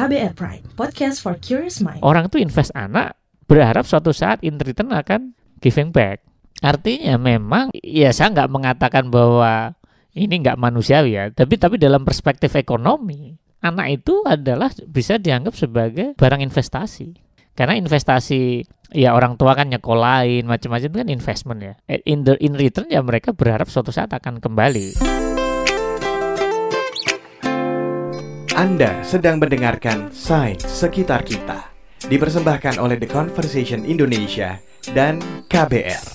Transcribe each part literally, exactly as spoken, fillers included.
K B R Prime, podcast for curious mind. Orang tuh invest anak berharap suatu saat in return akan giving back. Artinya memang ya saya nggak mengatakan bahwa ini nggak manusiawi ya, tapi tapi dalam perspektif ekonomi, anak itu adalah bisa dianggap sebagai barang investasi. Karena investasi ya orang tua kan nyekolahin macam-macam itu kan investment ya. In the in return ya mereka berharap suatu saat akan kembali. Anda sedang mendengarkan Sains Sekitar Kita, dipersembahkan oleh The Conversation Indonesia dan K B R.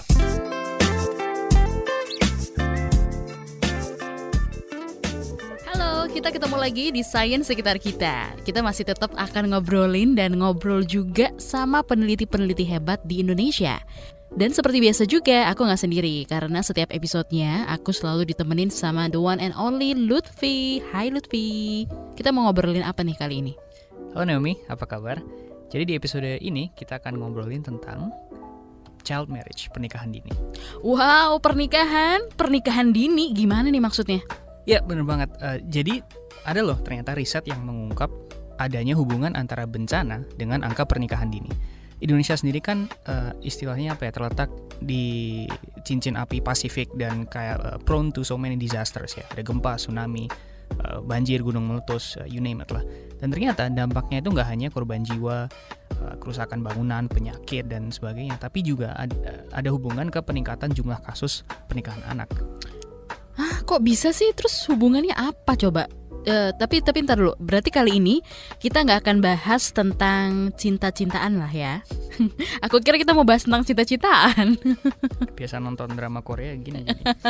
Halo, kita ketemu lagi di Sains Sekitar Kita. Kita masih tetap akan ngobrolin dan ngobrol juga sama peneliti-peneliti hebat di Indonesia. Dan seperti biasa juga, aku gak sendiri karena setiap episodenya aku selalu ditemenin sama the one and only Lutfi. Hai Lutfi, kita mau ngobrolin apa nih kali ini? Halo Naomi, apa kabar? Jadi di episode ini kita akan ngobrolin tentang child marriage, pernikahan dini. Wow, pernikahan? Pernikahan dini gimana nih maksudnya? Ya bener banget, uh, jadi ada loh ternyata riset yang mengungkap adanya hubungan antara bencana dengan angka pernikahan dini. Indonesia sendiri kan uh, istilahnya apa ya, terletak di cincin api Pasifik dan kayak uh, prone to so many disasters ya. Ada gempa, tsunami, uh, banjir, gunung meletus, uh, you name it lah. Dan ternyata dampaknya itu nggak hanya korban jiwa, uh, kerusakan bangunan, penyakit dan sebagainya, tapi juga ada, ada hubungan ke peningkatan jumlah kasus pernikahan anak. Hah, kok bisa sih? Terus hubungannya apa coba? Uh, tapi tapi ntar dulu, berarti kali ini kita nggak akan bahas tentang cinta-cintaan lah ya. Aku kira kita mau bahas tentang cinta-cintaan. Biasa nonton drama Korea gini.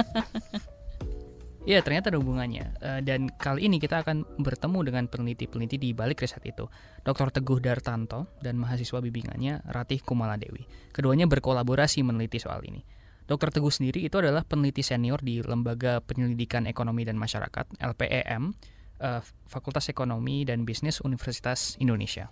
Ya ternyata ada hubungannya, uh, dan kali ini kita akan bertemu dengan peneliti-peneliti di balik riset itu, doktor Teguh Dartanto dan mahasiswa bimbingannya Ratih Kumaladewi. Keduanya berkolaborasi meneliti soal ini. doktor Teguh sendiri itu adalah peneliti senior di Lembaga Penyelidikan Ekonomi dan Masyarakat L P E M, uh, Fakultas Ekonomi dan Bisnis Universitas Indonesia.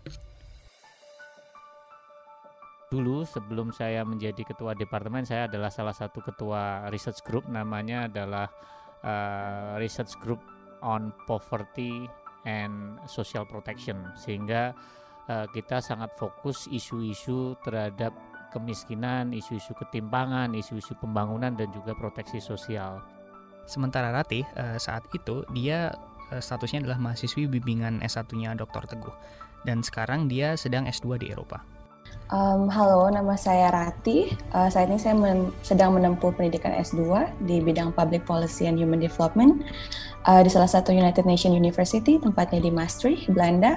Dulu sebelum saya menjadi ketua departemen, saya adalah salah satu ketua research group, namanya adalah uh, Research Group on Poverty and Social Protection, sehingga uh, kita sangat fokus isu-isu terhadap kemiskinan, isu-isu ketimpangan, isu-isu pembangunan dan juga proteksi sosial. Sementara Ratih uh, saat itu dia uh, statusnya adalah mahasiswi bimbingan S satu-nya doktor Teguh, dan sekarang dia sedang S dua di Eropa. Um, halo, nama saya Ratih. Uh, saat ini saya men- sedang menempuh pendidikan S dua di bidang Public Policy and Human Development uh, di salah satu United Nations University, tempatnya di Maastricht, Belanda.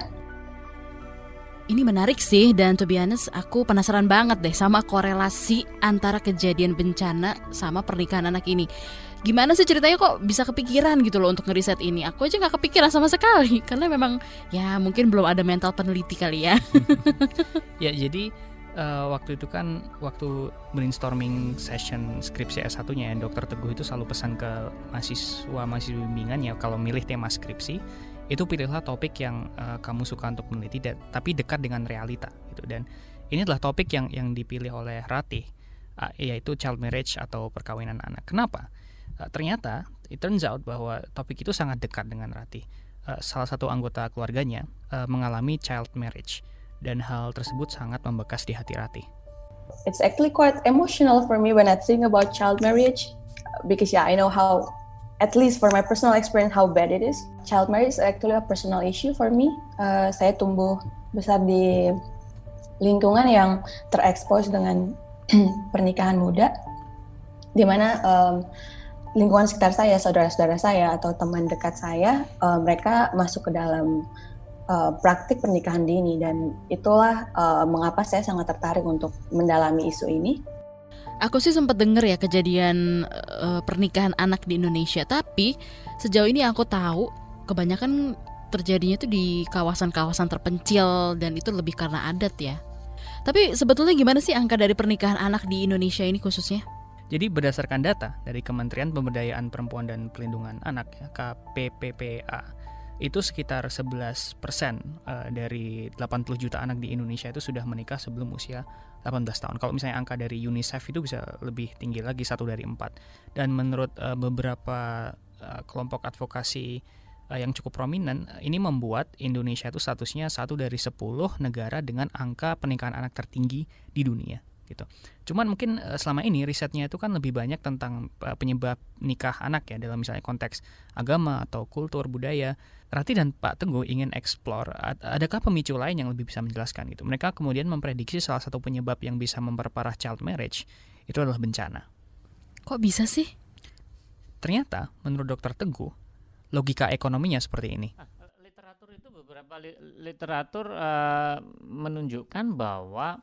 Ini menarik sih, dan to be honest, aku penasaran banget deh sama korelasi antara kejadian bencana sama pernikahan anak ini. Gimana sih ceritanya kok bisa kepikiran gitu loh untuk ngeriset ini? Aku aja gak kepikiran sama sekali, karena memang ya mungkin belum ada mental peneliti kali ya. Ya jadi uh, waktu itu kan waktu brainstorming session skripsi S satu-nya ya, doktor Teguh itu selalu pesan ke mahasiswa-mahasiswa bimbingannya kalau milih tema skripsi, itu pilihlah topik yang uh, kamu suka untuk meneliti, dan, tapi dekat dengan realita gitu. Dan ini adalah topik yang yang dipilih oleh Ratih, uh, yaitu child marriage atau perkawinan anak. Kenapa? Uh, ternyata it turns out bahwa topik itu sangat dekat dengan Ratih. Uh, salah satu anggota keluarganya uh, mengalami child marriage, dan hal tersebut sangat membekas di hati Ratih. It's actually quite emotional for me when I think about child marriage, because yeah, I know how, at least for my personal experience, how bad it is. Child marriage is actually a personal issue for me. Uh, saya tumbuh besar di lingkungan yang terekspos dengan pernikahan muda, di mana um, lingkungan sekitar saya, saudara-saudara saya atau teman dekat saya, uh, mereka masuk ke dalam uh, praktik pernikahan dini, dan itulah uh, mengapa saya sangat tertarik untuk mendalami isu ini. Aku sih sempat denger ya kejadian uh, pernikahan anak di Indonesia, tapi sejauh ini aku tahu kebanyakan terjadinya itu di kawasan-kawasan terpencil, dan itu lebih karena adat ya. Tapi sebetulnya gimana sih angka dari pernikahan anak di Indonesia ini khususnya? Jadi berdasarkan data dari Kementerian Pemberdayaan Perempuan dan Pelindungan Anak ya, K P P P A, itu sekitar sebelas persen uh, dari delapan puluh juta anak di Indonesia itu sudah menikah sebelum usia delapan belas tahun. Kalau misalnya angka dari UNICEF itu bisa lebih tinggi lagi, satu dari empat. Dan menurut uh, beberapa uh, kelompok advokasi uh, yang cukup prominent, ini membuat Indonesia itu statusnya satu dari sepuluh negara dengan angka pernikahan anak tertinggi di dunia gitu. Cuman mungkin uh, selama ini risetnya itu kan lebih banyak tentang uh, penyebab nikah anak ya, dalam misalnya konteks agama atau kultur budaya. Rati dan Pak Teguh ingin explore ad- adakah pemicu lain yang lebih bisa menjelaskan gitu. Mereka kemudian memprediksi salah satu penyebab yang bisa memperparah child marriage itu adalah bencana. Kok bisa sih? Ternyata menurut Dokter Teguh logika ekonominya seperti ini. Literatur itu beberapa li- literatur uh, menunjukkan bahwa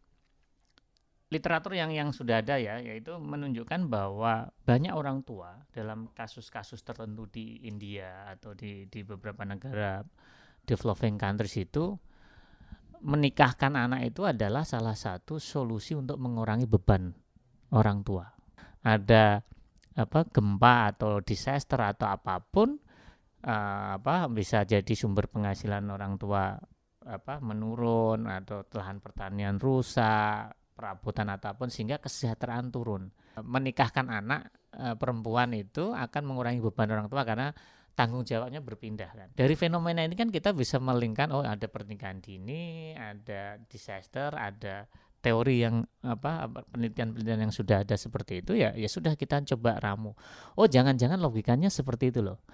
literatur yang yang sudah ada ya, yaitu menunjukkan bahwa banyak orang tua dalam kasus-kasus tertentu di India atau di di beberapa negara developing countries itu menikahkan anak itu adalah salah satu solusi untuk mengurangi beban orang tua. Ada apa gempa atau disaster atau apapun uh, apa bisa jadi sumber penghasilan orang tua apa menurun atau lahan pertanian rusak, perabotan ataupun, sehingga kesejahteraan turun. Menikahkan anak e, perempuan itu akan mengurangi beban orang tua karena tanggung jawabnya berpindah kan. Dari fenomena ini kan kita bisa melingkan, oh ada pernikahan dini, ada disaster, ada teori yang apa penelitian-penelitian yang sudah ada seperti itu ya, ya sudah kita coba ramu. Oh jangan-jangan logikanya seperti itu loh.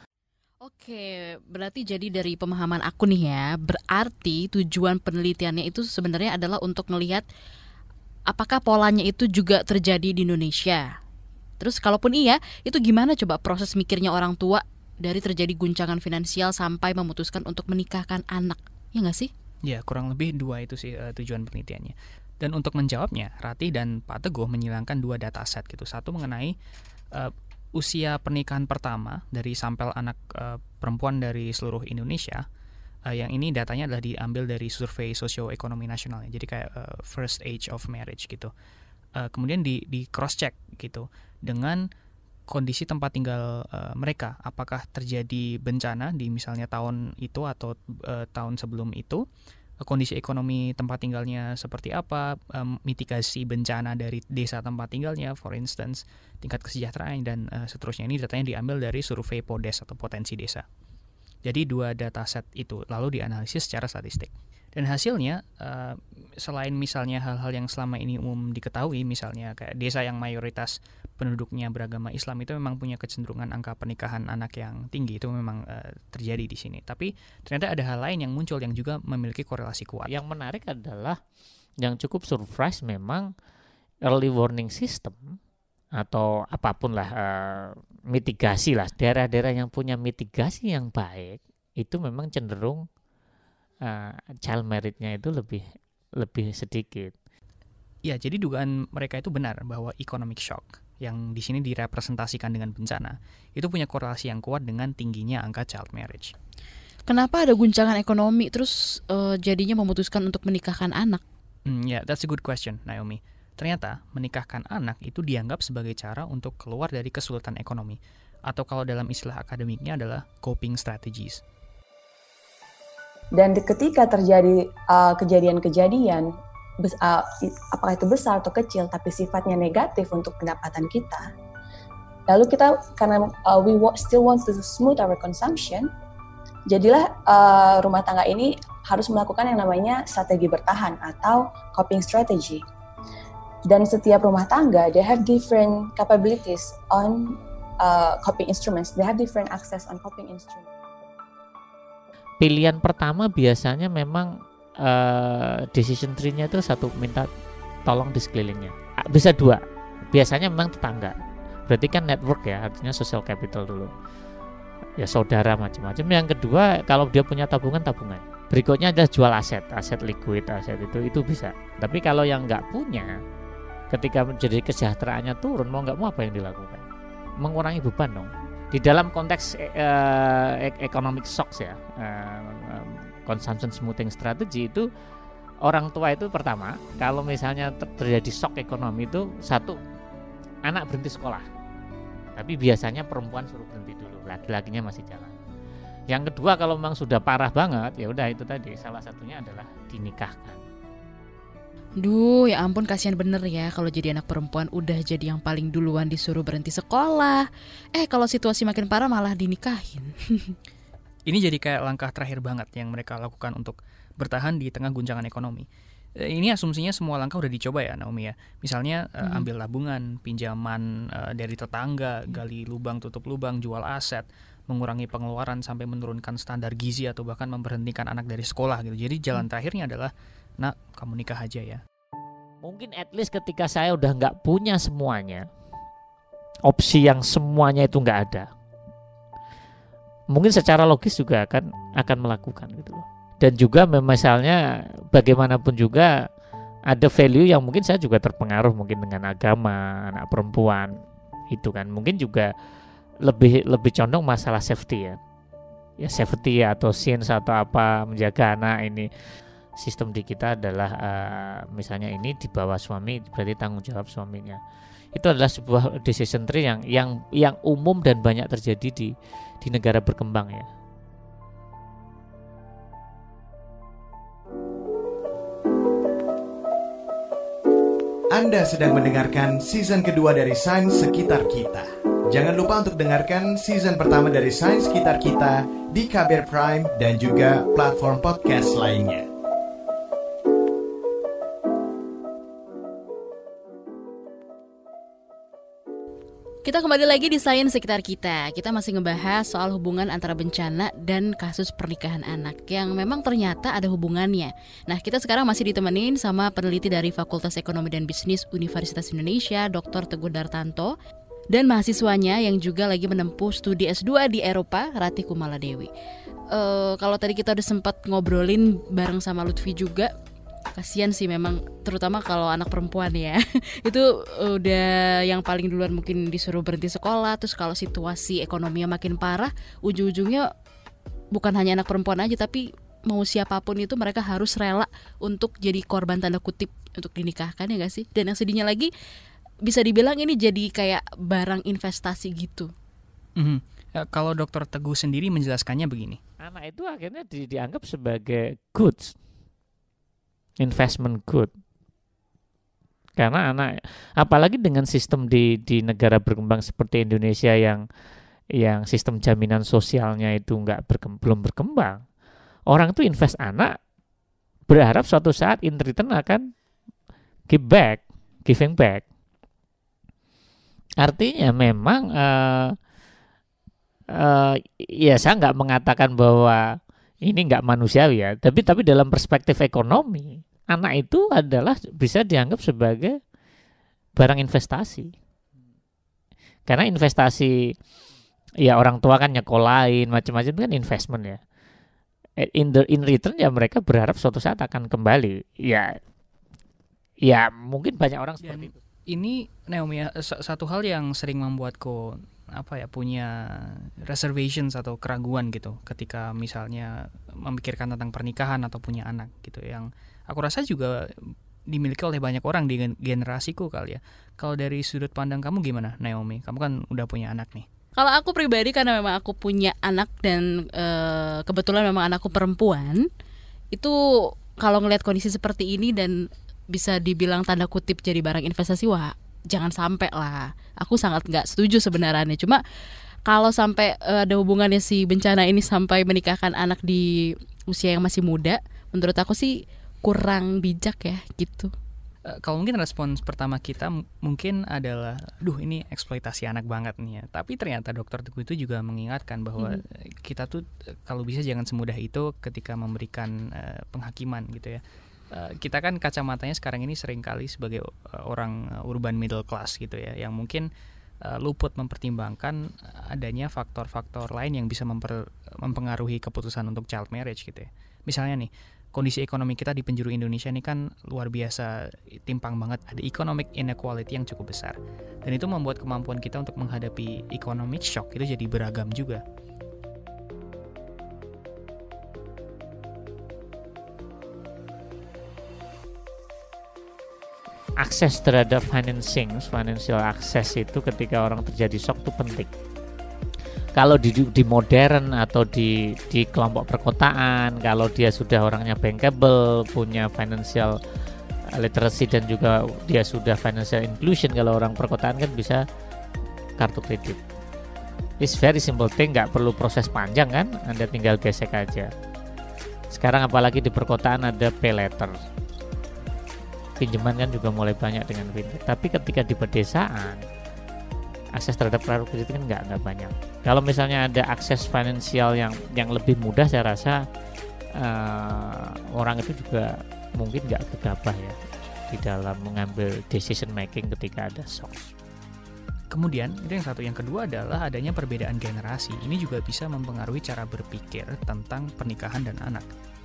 Oke, berarti jadi dari pemahaman aku nih ya, berarti tujuan penelitiannya itu sebenarnya adalah untuk melihat apakah polanya itu juga terjadi di Indonesia. Terus kalaupun iya, itu gimana coba proses mikirnya orang tua dari terjadi guncangan finansial sampai memutuskan untuk menikahkan anak, ya nggak sih? Ya, kurang lebih dua itu sih uh, tujuan penelitiannya. Dan untuk menjawabnya, Rati dan Pak Teguh menyilangkan dua dataset gitu. Satu mengenai uh, usia pernikahan pertama dari sampel anak uh, perempuan dari seluruh Indonesia. Uh, yang ini datanya adalah diambil dari survei sosioekonomi nasional, jadi kayak uh, first age of marriage gitu. Uh, kemudian di, di cross check gitu dengan kondisi tempat tinggal uh, mereka, apakah terjadi bencana di misalnya tahun itu atau uh, tahun sebelum itu, uh, kondisi ekonomi tempat tinggalnya seperti apa, um, mitigasi bencana dari desa tempat tinggalnya, for instance, tingkat kesejahteraan dan uh, seterusnya. Ini datanya diambil dari survei PODES atau potensi desa. Jadi dua dataset itu lalu dianalisis secara statistik. Dan hasilnya uh, selain misalnya hal-hal yang selama ini umum diketahui, misalnya kayak desa yang mayoritas penduduknya beragama Islam itu memang punya kecenderungan angka pernikahan anak yang tinggi, itu memang uh, terjadi di sini. Tapi ternyata ada hal lain yang muncul yang juga memiliki korelasi kuat. Yang menarik adalah yang cukup surprise memang early warning system atau apapun lah uh, mitigasi lah, daerah-daerah yang punya mitigasi yang baik itu memang cenderung uh, child marriage-nya itu lebih lebih sedikit. Ya, jadi dugaan mereka itu benar bahwa economic shock yang di sini direpresentasikan dengan bencana itu punya korelasi yang kuat dengan tingginya angka child marriage. Kenapa ada guncangan ekonomi terus uh, jadinya memutuskan untuk menikahkan anak? Hmm, ya, yeah, that's a good question, Naomi. Ternyata menikahkan anak itu dianggap sebagai cara untuk keluar dari kesulitan ekonomi, atau kalau dalam istilah akademiknya adalah coping strategies. Dan ketika terjadi uh, kejadian-kejadian, bes- uh, apakah itu besar atau kecil, tapi sifatnya negatif untuk pendapatan kita, lalu kita karena uh, we still want to smooth our consumption, jadilah uh, rumah tangga ini harus melakukan yang namanya strategi bertahan atau coping strategy. Dan setiap rumah tangga, they have different capabilities on uh, coping instruments. They have different access on coping instruments. Pilihan pertama biasanya memang uh, decision tree-nya itu satu, minta tolong di sekelilingnya. Bisa dua, biasanya memang tetangga. Berarti kan network ya, artinya social capital dulu. Ya saudara macam-macam. Yang kedua, kalau dia punya tabungan, tabungan. Berikutnya adalah jual aset, aset liquid, aset itu itu bisa. Tapi kalau yang nggak punya, ketika menjadi kesejahteraannya turun, mau nggak mau apa yang dilakukan? Mengurangi beban dong. Di dalam konteks uh, economic shocks ya, uh, consumption smoothing strategy itu orang tua itu pertama, kalau misalnya terjadi shock ekonomi itu satu, anak berhenti sekolah. Tapi biasanya perempuan suruh berhenti dulu, laki-lakinya masih jalan. Yang kedua, kalau memang sudah parah banget, ya udah itu tadi, salah satunya adalah dinikahkan. Duh, ya ampun, kasihan bener ya kalau jadi anak perempuan udah jadi yang paling duluan disuruh berhenti sekolah. Eh, kalau situasi makin parah malah dinikahin. ini jadi kayak langkah terakhir banget yang mereka lakukan untuk bertahan di tengah guncangan ekonomi. Ini asumsinya semua langkah udah dicoba ya Naomi ya. Misalnya hmm. ambil tabungan, pinjaman uh, dari tetangga, gali lubang tutup lubang, jual aset, mengurangi pengeluaran sampai menurunkan standar gizi atau bahkan memberhentikan anak dari sekolah gitu. Jadi jalan terakhirnya adalah, nak kamu nikah aja ya. Mungkin at least ketika saya udah nggak punya semuanya, opsi yang semuanya itu nggak ada, mungkin secara logis juga akan akan melakukan gitu loh. Dan juga misalnya bagaimanapun juga ada value yang mungkin saya juga terpengaruh mungkin dengan agama anak perempuan itu kan, mungkin juga lebih lebih condong masalah safety ya, ya safety ya, atau sins atau apa, menjaga anak ini. Sistem di kita adalah uh, misalnya ini di bawah suami, berarti tanggung jawab suaminya. Itu adalah sebuah decision tree yang yang yang umum dan banyak terjadi di di negara berkembang ya. Anda sedang mendengarkan season kedua dari Sains Sekitar Kita. Jangan lupa untuk dengarkan season pertama dari Sains Sekitar Kita di K B R Prime dan juga platform podcast lainnya. Kita kembali lagi di Sains Sekitar Kita. Kita masih ngebahas soal hubungan antara bencana dan kasus pernikahan anak yang memang ternyata ada hubungannya. Nah, kita sekarang masih ditemenin sama peneliti dari Fakultas Ekonomi dan Bisnis Universitas Indonesia, Doktor Teguh Dartanto, dan mahasiswanya yang juga lagi menempuh studi S dua di Eropa, Ratih Kumaladewi. Uh, kalau tadi kita udah sempat ngobrolin bareng sama Lutfi juga, kasian sih memang, terutama kalau anak perempuan ya. Itu udah yang paling duluan mungkin disuruh berhenti sekolah. Terus kalau situasi ekonominya makin parah, ujung-ujungnya bukan hanya anak perempuan aja, tapi mau siapapun itu mereka harus rela untuk jadi korban tanda kutip untuk dinikahkan, ya gak sih? Dan yang sedihnya lagi, bisa dibilang ini jadi kayak barang investasi gitu. Mm-hmm. Ya, kalau Dokter Teguh sendiri menjelaskannya begini, anak itu akhirnya di, dianggap sebagai goods, investment good. Karena anak, apalagi dengan sistem di di negara berkembang seperti Indonesia yang yang sistem jaminan sosialnya itu nggak berkem, belum berkembang, orang itu invest anak berharap suatu saat in return akan give back, giving back. Artinya memang uh, uh, ya saya nggak mengatakan bahwa ini nggak manusiawi ya, tapi tapi dalam perspektif ekonomi, anak itu adalah bisa dianggap sebagai barang investasi. Karena investasi, ya orang tua kan nyekolahin macam-macam itu kan investment ya. In the in return ya mereka berharap suatu saat akan kembali. Ya, ya mungkin banyak orang seperti Dan itu. Ini Naomi, satu hal yang sering membuatku apa ya punya reservations atau keraguan gitu ketika misalnya memikirkan tentang pernikahan atau punya anak gitu, yang aku rasa juga dimiliki oleh banyak orang di generasiku kali ya. Kalau dari sudut pandang kamu gimana Naomi? Kamu kan udah punya anak nih. Kalau aku pribadi, karena memang aku punya anak dan e, kebetulan memang anakku perempuan, itu kalau ngelihat kondisi seperti ini dan bisa dibilang tanda kutip jadi barang investasi, wah jangan sampai lah. Aku sangat nggak setuju sebenarnya. Cuma kalau sampai uh, ada hubungannya si bencana ini sampai menikahkan anak di usia yang masih muda, menurut aku sih kurang bijak ya gitu. Uh, kalau mungkin respons pertama kita m- mungkin adalah, duh ini eksploitasi anak banget nih ya. Tapi ternyata Dokter Teguh itu juga mengingatkan bahwa hmm. kita tuh kalau bisa jangan semudah itu ketika memberikan uh, penghakiman gitu ya. Uh, kita kan kacamatanya sekarang ini seringkali sebagai uh, orang uh, urban middle class gitu ya, yang mungkin uh, luput mempertimbangkan adanya faktor-faktor lain yang bisa memper, mempengaruhi keputusan untuk child marriage gitu ya. Misalnya nih, kondisi ekonomi kita di penjuru Indonesia ini kan luar biasa timpang banget, ada economic inequality yang cukup besar, dan itu membuat kemampuan kita untuk menghadapi economic shock itu jadi beragam juga. Akses terhadap financing, financial access itu ketika orang terjadi shock itu penting. Kalau di, di modern atau di, di kelompok perkotaan, kalau dia sudah orangnya bankable, punya financial literacy dan juga dia sudah financial inclusion, kalau orang perkotaan kan bisa kartu kredit. It's very simple thing, nggak perlu proses panjang kan, Anda tinggal gesek aja. Sekarang apalagi di perkotaan ada pay letter, pinjaman kan juga mulai banyak dengan fintech. Tapi ketika di pedesaan akses terhadap kartu kredit kan nggak nggak banyak. Kalau misalnya ada akses finansial yang yang lebih mudah, saya rasa uh, orang itu juga mungkin nggak gegabah ya di dalam mengambil decision making ketika ada shock. Kemudian itu yang satu, yang kedua adalah adanya perbedaan generasi. Ini juga bisa mempengaruhi cara berpikir tentang pernikahan dan anak.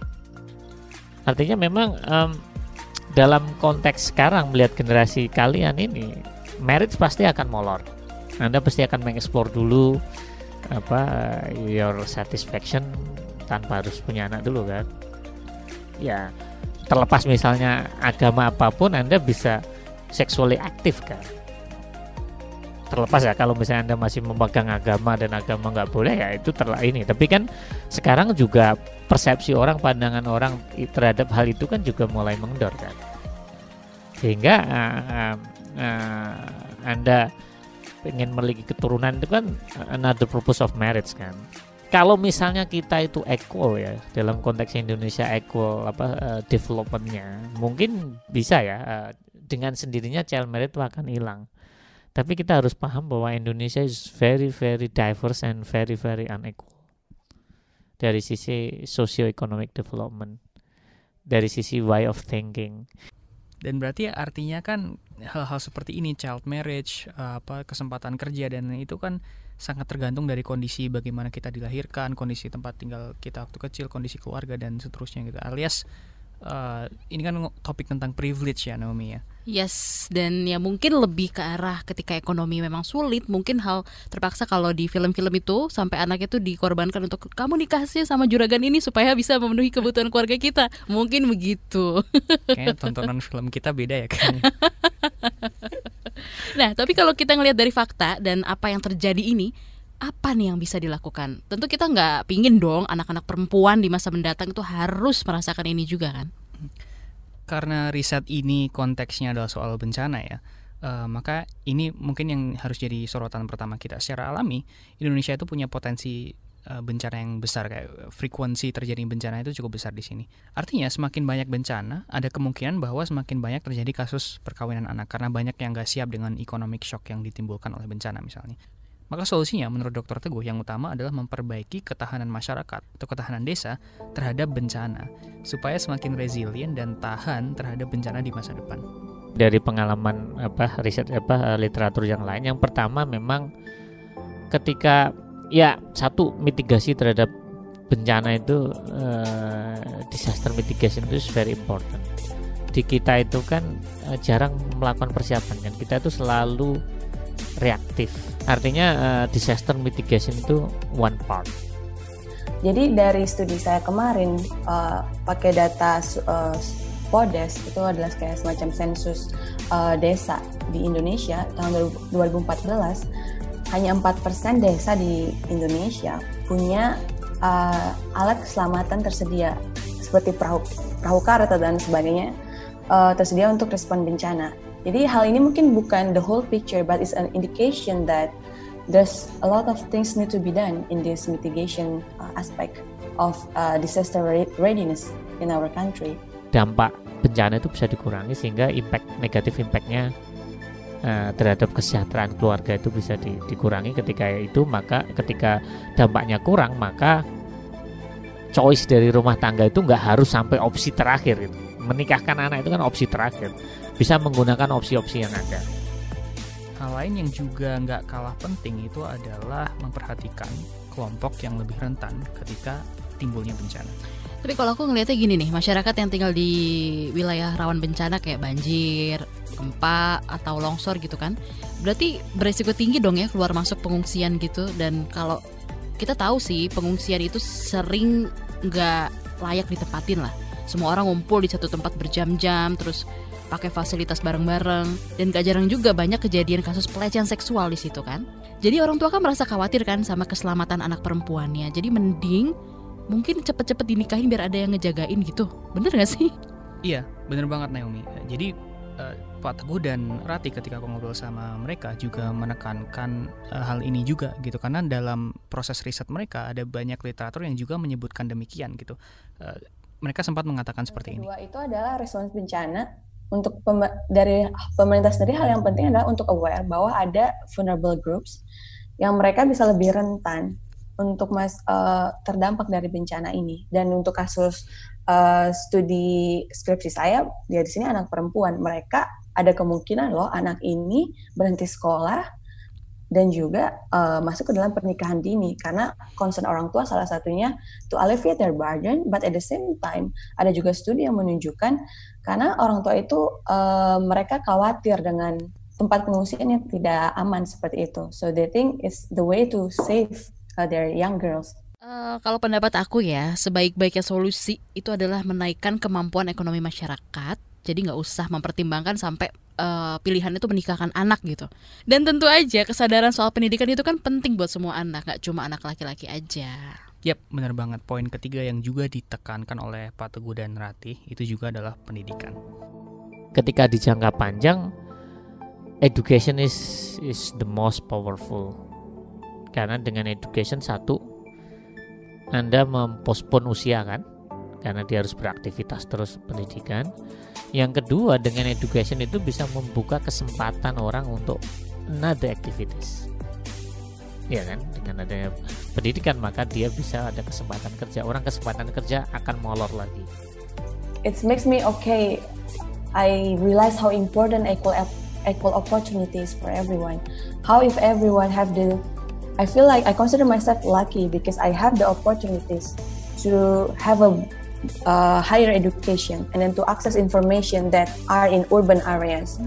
Artinya memang um, dalam konteks sekarang melihat generasi kalian ini, marriage pasti akan molor. Anda pasti akan mengeksplor dulu apa your satisfaction tanpa harus punya anak dulu kan. Ya, terlepas misalnya agama apapun, Anda bisa sexually aktif kan. Terlepas ya kalau misalnya Anda masih memegang agama dan agama nggak boleh, ya itu terlah ini. Tapi kan sekarang juga persepsi orang, pandangan orang terhadap hal itu kan juga mulai mengendor kan. Sehingga uh, uh, uh, Anda ingin memiliki keturunan itu kan another purpose of marriage kan. Kalau misalnya kita itu equal ya, dalam konteks Indonesia equal apa uh, developmentnya, mungkin bisa ya uh, dengan sendirinya child marriage itu akan hilang. Tapi kita harus paham bahwa Indonesia is very very diverse and very very unequal dari sisi socio-economic development, dari sisi way of thinking. Dan berarti artinya kan hal-hal seperti ini, child marriage, apa kesempatan kerja, dan itu kan sangat tergantung dari kondisi bagaimana kita dilahirkan, kondisi tempat tinggal kita waktu kecil, kondisi keluarga dan seterusnya gitu. Alias uh, ini kan topik tentang privilege ya Naomi ya. Yes, dan ya mungkin lebih ke arah ketika ekonomi memang sulit, mungkin hal terpaksa kalau di film-film itu sampai anak itu dikorbankan untuk kamu nikah sih sama juragan ini supaya bisa memenuhi kebutuhan keluarga kita. Mungkin begitu. Kayaknya tontonan film kita beda ya kayaknya. Nah, tapi kalau kita ngelihat dari fakta dan apa yang terjadi ini, apa nih yang bisa dilakukan? Tentu kita nggak pingin dong anak-anak perempuan di masa mendatang itu harus merasakan ini juga kan? Karena riset ini konteksnya adalah soal bencana ya, uh, maka ini mungkin yang harus jadi sorotan pertama kita. Secara alami, Indonesia itu punya potensi uh, bencana yang besar, kayak frekuensi terjadi bencana itu cukup besar di sini. Artinya semakin banyak bencana, ada kemungkinan bahwa semakin banyak terjadi kasus perkawinan anak karena banyak yang nggak siap dengan economic shock yang ditimbulkan oleh bencana misalnya. Maka solusinya menurut dokter Teguh yang utama adalah memperbaiki ketahanan masyarakat atau ketahanan desa terhadap bencana supaya semakin resilient dan tahan terhadap bencana di masa depan. Dari pengalaman apa riset apa literatur yang lain, yang pertama memang ketika ya satu mitigasi terhadap bencana itu uh, disaster mitigation itu is very important. Di kita itu kan uh, jarang melakukan persiapan kan, kita itu selalu reaktif. Artinya uh, disaster mitigation itu one part. Jadi dari studi saya kemarin uh, pakai data uh, Podes, itu adalah kayak semacam sensus uh, desa di Indonesia tahun dua ribu empat belas, hanya empat persen desa di Indonesia punya uh, alat keselamatan tersedia seperti perahu perahu karet dan sebagainya uh, tersedia untuk respon bencana. Jadi hal ini mungkin bukan the whole picture, but it's an indication that there's a lot of things need to be done in this mitigation uh, aspect of uh, disaster readiness in our country. Dampak bencana itu bisa dikurangi sehingga impact negatif impactnya uh, terhadap kesejahteraan keluarga itu bisa di, dikurangi. Ketika itu maka ketika dampaknya kurang, maka choice dari rumah tangga itu nggak harus sampai opsi terakhir gitu. Menikahkan anak itu kan opsi terakhir, bisa menggunakan opsi-opsi yang ada. Hal lain yang juga nggak kalah penting itu adalah memperhatikan kelompok yang lebih rentan ketika timbulnya bencana. Tapi kalau aku ngelihatnya gini nih, masyarakat yang tinggal di wilayah rawan bencana kayak banjir, gempa, atau longsor gitu kan, berarti beresiko tinggi dong ya keluar masuk pengungsian gitu. Dan kalau kita tahu sih pengungsian itu sering nggak layak ditempatin lah. Semua orang ngumpul di satu tempat berjam-jam, terus pakai fasilitas bareng-bareng, dan gak jarang juga banyak kejadian kasus pelecehan seksual di situ kan. Jadi orang tua kan merasa khawatir kan sama keselamatan anak perempuannya. Jadi mending mungkin cepet-cepet dinikahin biar ada yang ngejagain gitu. Bener gak sih? Iya, bener banget Naomi. Jadi uh, Pak Teguh dan Rati ketika aku ngobrol sama mereka juga menekankan uh, hal ini juga gitu, karena dalam proses riset mereka ada banyak literatur yang juga menyebutkan demikian gitu. Uh, mereka sempat mengatakan seperti ini. Kedua itu adalah respons bencana. Untuk pem- dari pemerintah sendiri, hal yang penting adalah untuk aware bahwa ada vulnerable groups yang mereka bisa lebih rentan untuk mas uh, terdampak dari bencana ini. Dan untuk kasus uh, studi skripsi saya, dia di sini anak perempuan, mereka ada kemungkinan loh anak ini berhenti sekolah dan juga uh, masuk ke dalam pernikahan dini, karena concern orang tua salah satunya to alleviate their burden, but at the same time ada juga studi yang menunjukkan karena orang tua itu uh, mereka khawatir dengan tempat pengungsian yang tidak aman seperti itu, so they think it's the way to save uh, their young girls. Uh, kalau pendapat aku ya, sebaik-baiknya solusi itu adalah menaikkan kemampuan ekonomi masyarakat. Jadi nggak usah mempertimbangkan sampai uh, pilihan itu menikahkan anak gitu. Dan tentu aja kesadaran soal pendidikan itu kan penting buat semua anak, nggak cuma anak laki-laki aja. Yap, benar banget. Poin ketiga yang juga ditekankan oleh Pak Teguh dan Rati itu juga adalah pendidikan. Ketika di jangka panjang, education is is the most powerful. Karena dengan education, satu, Anda mempospon usia kan, karena dia harus beraktivitas terus pendidikan. Yang kedua, dengan education itu bisa membuka kesempatan orang untuk another activities. Ya kan, dengan adanya pendidikan maka dia bisa ada kesempatan kerja. Orang kesempatan kerja akan molor lagi. It makes me okay. I realize how important equal equal opportunities for everyone. How if everyone have the, I feel like I consider myself lucky because I have the opportunities to have a uh, higher education and then to access information that are in urban areas,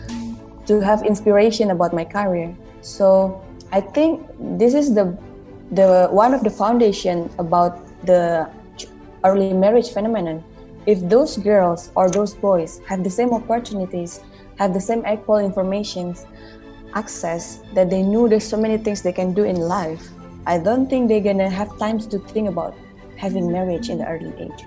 to have inspiration about my career. So I think this is the the one of the foundation about the early marriage phenomenon. If those girls or those boys have the same opportunities, have the same equal information, access, that they knew there's so many things they can do in life, I don't think they're gonna have times to think about having marriage in the early age.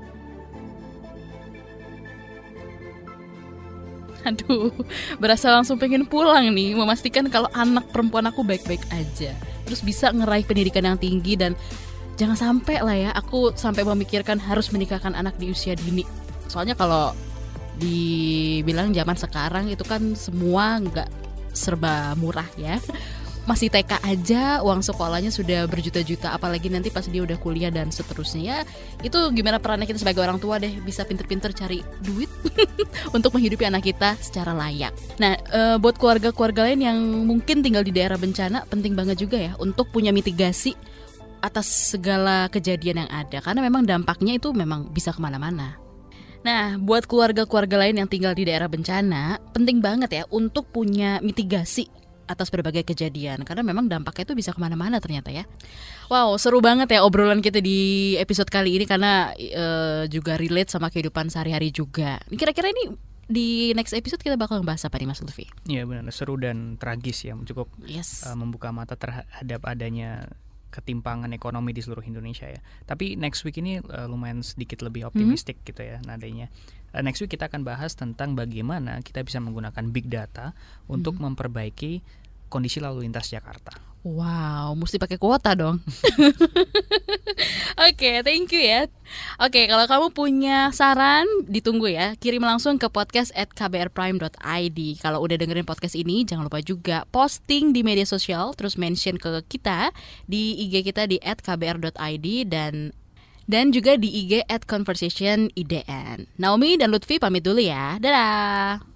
Aduh, berasa langsung pengen pulang nih, memastikan kalau anak perempuan aku baik-baik aja, terus bisa ngeraih pendidikan yang tinggi, dan jangan sampai lah ya aku sampai memikirkan harus menikahkan anak di usia dini. Soalnya kalau dibilang zaman sekarang itu kan semua nggak serba murah ya. Masih T K aja uang sekolahnya sudah berjuta-juta, apalagi nanti pas dia udah kuliah dan seterusnya ya. Itu gimana perannya kita sebagai orang tua deh, bisa pinter-pinter cari duit untuk menghidupi anak kita secara layak. Nah, e, buat keluarga-keluarga lain yang mungkin tinggal di daerah bencana, penting banget juga ya untuk punya mitigasi atas segala kejadian yang ada, karena memang dampaknya itu memang bisa kemana-mana. Nah, buat keluarga-keluarga lain yang tinggal di daerah bencana, penting banget ya untuk punya mitigasi atas berbagai kejadian, karena memang dampaknya itu bisa kemana-mana ternyata ya. Wow, seru banget ya obrolan kita di episode kali ini, karena uh, juga relate sama kehidupan sehari-hari juga. Kira-kira ini di next episode kita bakal ngebahas apa nih Mas Lutfi? Iya benar, seru dan tragis ya, cukup yes. uh, membuka mata terhadap adanya ketimpangan ekonomi di seluruh Indonesia ya. Tapi next week ini uh, lumayan sedikit lebih optimistik hmm. gitu ya nadanya. Uh, next week kita akan bahas tentang bagaimana kita bisa menggunakan big data untuk hmm. memperbaiki kondisi lalu lintas Jakarta. Wow, mesti pakai kuota dong. Oke, okay, thank you ya. Oke, okay, kalau kamu punya saran, ditunggu ya. Kirim langsung ke podcast at k b r prime dot i d. Kalau udah dengerin podcast ini, jangan lupa juga posting di media sosial, terus mention ke kita di I G kita di at k b r dot i d dan dan juga di I G at conversation I D N. Naomi dan Lutfi pamit dulu ya. Dadah.